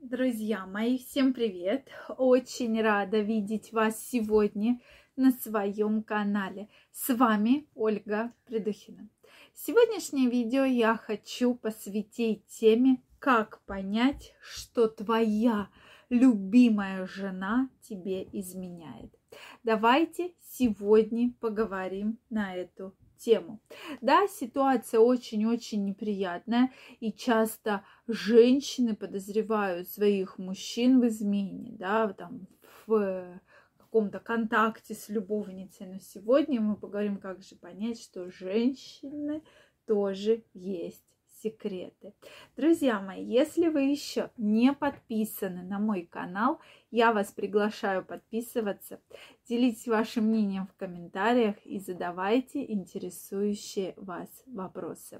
Друзья мои, всем привет! Очень рада видеть вас сегодня на своем канале. С вами Ольга Придухина. Сегодняшнее видео я хочу посвятить теме, как понять, что твоя любимая жена тебе изменяет. Давайте сегодня поговорим на эту тему. Да, ситуация очень-очень неприятная, и часто женщины подозревают своих мужчин в измене, да, там, в каком-то контакте с любовницей. Но сегодня мы поговорим, как же понять, что женщины тоже есть секреты. Друзья мои, если вы еще не подписаны на мой канал, я вас приглашаю подписываться, делитесь вашим мнением в комментариях и задавайте интересующие вас вопросы.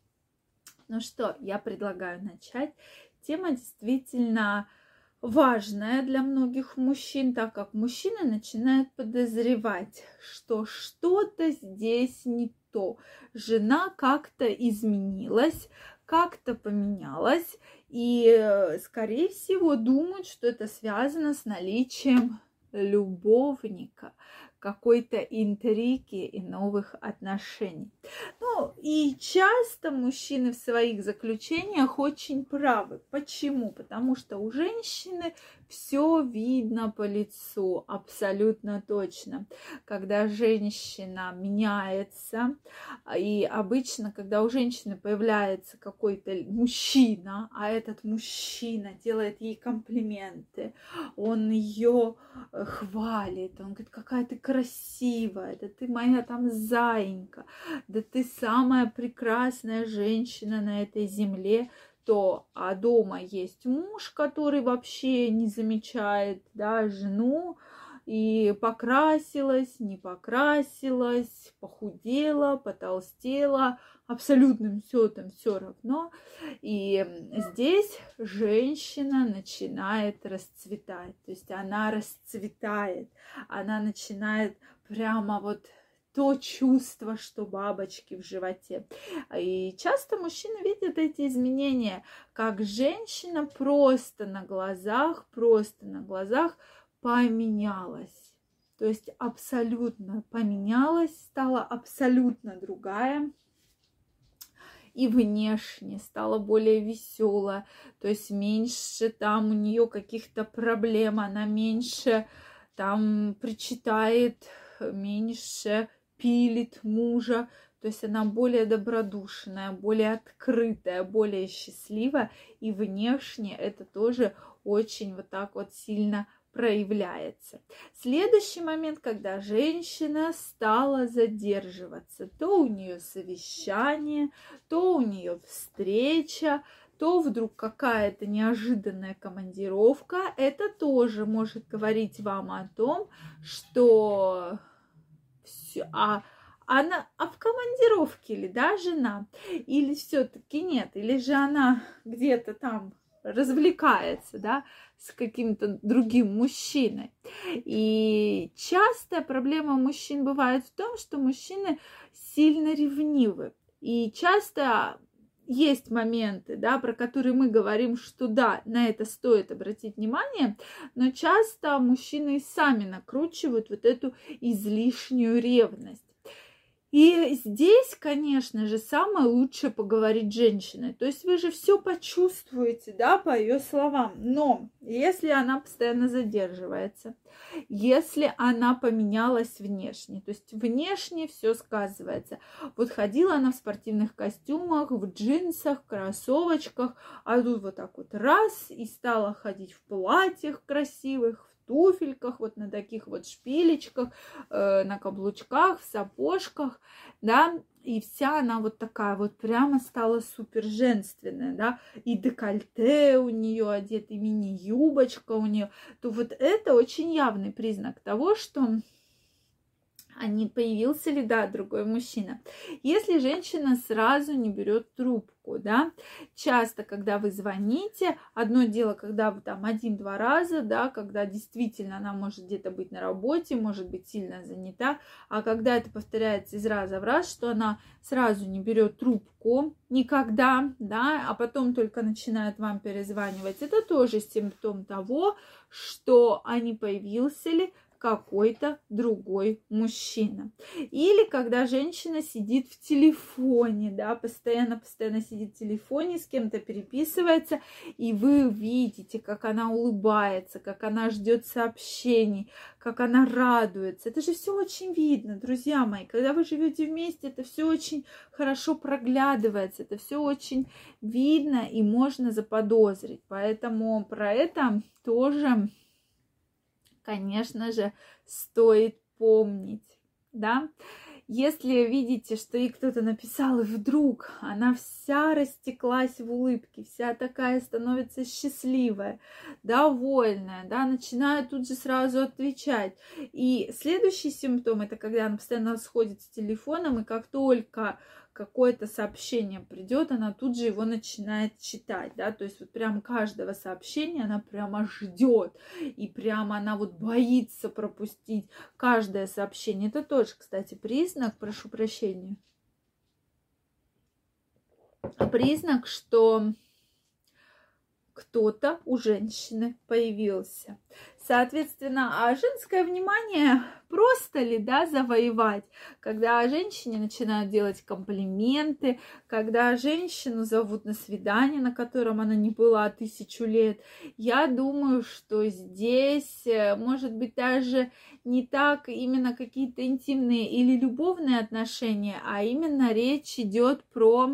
Ну что, я предлагаю начать. Тема действительно важная для многих мужчин, так как мужчины начинают подозревать, что что-то здесь не то. Жена как-то изменилась, как-то поменялась, и, скорее всего, думают, что это связано с наличием любовника, какой-то интриги и новых отношений. Ну, и часто мужчины в своих заключениях очень правы. Почему? Потому что у женщины все видно по лицу, абсолютно точно. Когда женщина меняется, и обычно, когда у женщины появляется какой-то мужчина, а этот мужчина делает ей комплименты, он ее хвалит, он говорит, какая ты красивая, да ты моя там заинька, да ты самая прекрасная женщина на этой земле, а дома есть муж, который вообще не замечает, да, жену, и покрасилась, не покрасилась, похудела, потолстела, абсолютно все там все равно. И здесь женщина начинает расцветать, то есть она расцветает, она начинает прямо вот то чувство, что бабочки в животе. И часто мужчины видят эти изменения, как женщина просто на глазах поменялась. То есть абсолютно поменялась, стала абсолютно другая. И внешне стала более веселая, то есть меньше там у нее каких-то проблем, она меньше там причитает, меньше пилит мужа, то есть она более добродушная, более открытая, более счастливая, и внешне это тоже очень вот так вот сильно проявляется. Следующий момент, когда женщина стала задерживаться, то у нее совещание, то у нее встреча, то вдруг какая-то неожиданная командировка, это тоже может говорить вам о том, что все, в командировке ли, да, жена, или все-таки нет, или же она где-то там развлекается, да, с каким-то другим мужчиной. И частая проблема мужчин бывает в том, что мужчины сильно ревнивы. И часто есть моменты, да, про которые мы говорим, что да, на это стоит обратить внимание, но часто мужчины сами накручивают вот эту излишнюю ревность. И здесь, конечно же, самое лучшее поговорить с женщиной. То есть вы же все почувствуете, да, по ее словам. Но если она постоянно задерживается, если она поменялась внешне, то есть внешне все сказывается. Вот ходила она в спортивных костюмах, в джинсах, в кроссовочках, а тут вот так вот раз и стала ходить в платьях красивых, туфельках, вот на таких вот шпилечках, на каблучках, в сапожках, да, и вся она вот такая вот прямо стала супер женственная, да, и декольте у нее одет, и мини-юбочка у нее, то вот это очень явный признак того, что а не появился ли, да, другой мужчина. Если женщина сразу не берет трубку, да, часто, когда вы звоните, одно дело, когда вы там 1-2 раза, да, когда действительно она может где-то быть на работе, может быть сильно занята, а когда это повторяется из раза в раз, что она сразу не берет трубку никогда, да, а потом только начинает вам перезванивать, это тоже симптом того, что не появился ли какой-то другой мужчина. Или когда женщина сидит в телефоне, да, постоянно сидит в телефоне, с кем-то переписывается, и вы видите, как она улыбается, как она ждет сообщений, как она радуется. Это же все очень видно, друзья мои. Когда вы живете вместе, это все очень хорошо проглядывается, это все очень видно и можно заподозрить. Поэтому про это тоже, конечно же, стоит помнить, да. Если видите, что ей кто-то написал, и вдруг она вся растеклась в улыбке, вся такая становится счастливая, довольная, да, начинает тут же сразу отвечать. И следующий симптом — это когда она постоянно сходит с телефоном, и как только какое-то сообщение придет, она тут же его начинает читать, да, то есть вот прям каждого сообщения она прямо ждет, и прямо она вот боится пропустить каждое сообщение. Это тоже, кстати, признак, прошу прощения, признак, что кто-то у женщины появился. Соответственно, а женское внимание просто ли, да, завоевать, когда женщине начинают делать комплименты, когда женщину зовут на свидание, на котором она не была 1000 лет. Я думаю, что здесь, может быть, даже не так именно какие-то интимные или любовные отношения, а именно речь идет про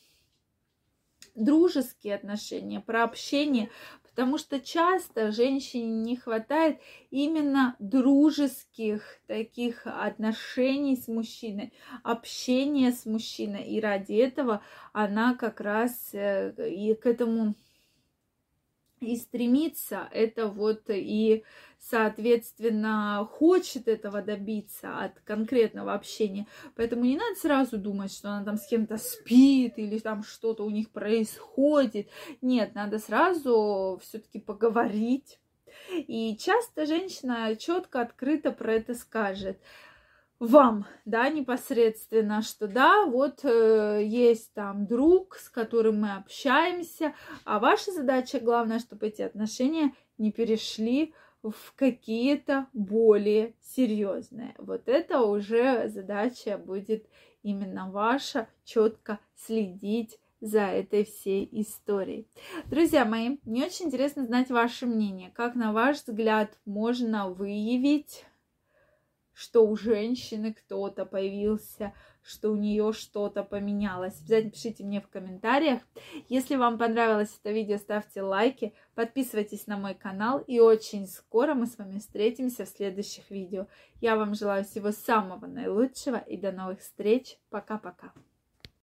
дружеские отношения, про общение, потому что часто женщине не хватает именно дружеских таких отношений с мужчиной, общения с мужчиной, и ради этого она как раз и к этому и стремится, это вот и, соответственно, хочет этого добиться от конкретного общения. Поэтому не надо сразу думать, что она там с кем-то спит или там что-то у них происходит. Нет, надо сразу все-таки поговорить. И часто женщина четко, открыто про это скажет вам, да, непосредственно, что да, вот есть там друг, с которым мы общаемся, а ваша задача главное, чтобы эти отношения не перешли в какие-то более серьезные. Вот это уже задача будет именно ваша, четко следить за этой всей историей. Друзья мои, мне очень интересно знать ваше мнение. Как, на ваш взгляд, можно выявить, что у женщины кто-то появился, что у нее что-то поменялось? Обязательно пишите мне в комментариях. Если вам понравилось это видео, ставьте лайки, подписывайтесь на мой канал, и очень скоро мы с вами встретимся в следующих видео. Я вам желаю всего самого наилучшего и до новых встреч. Пока-пока.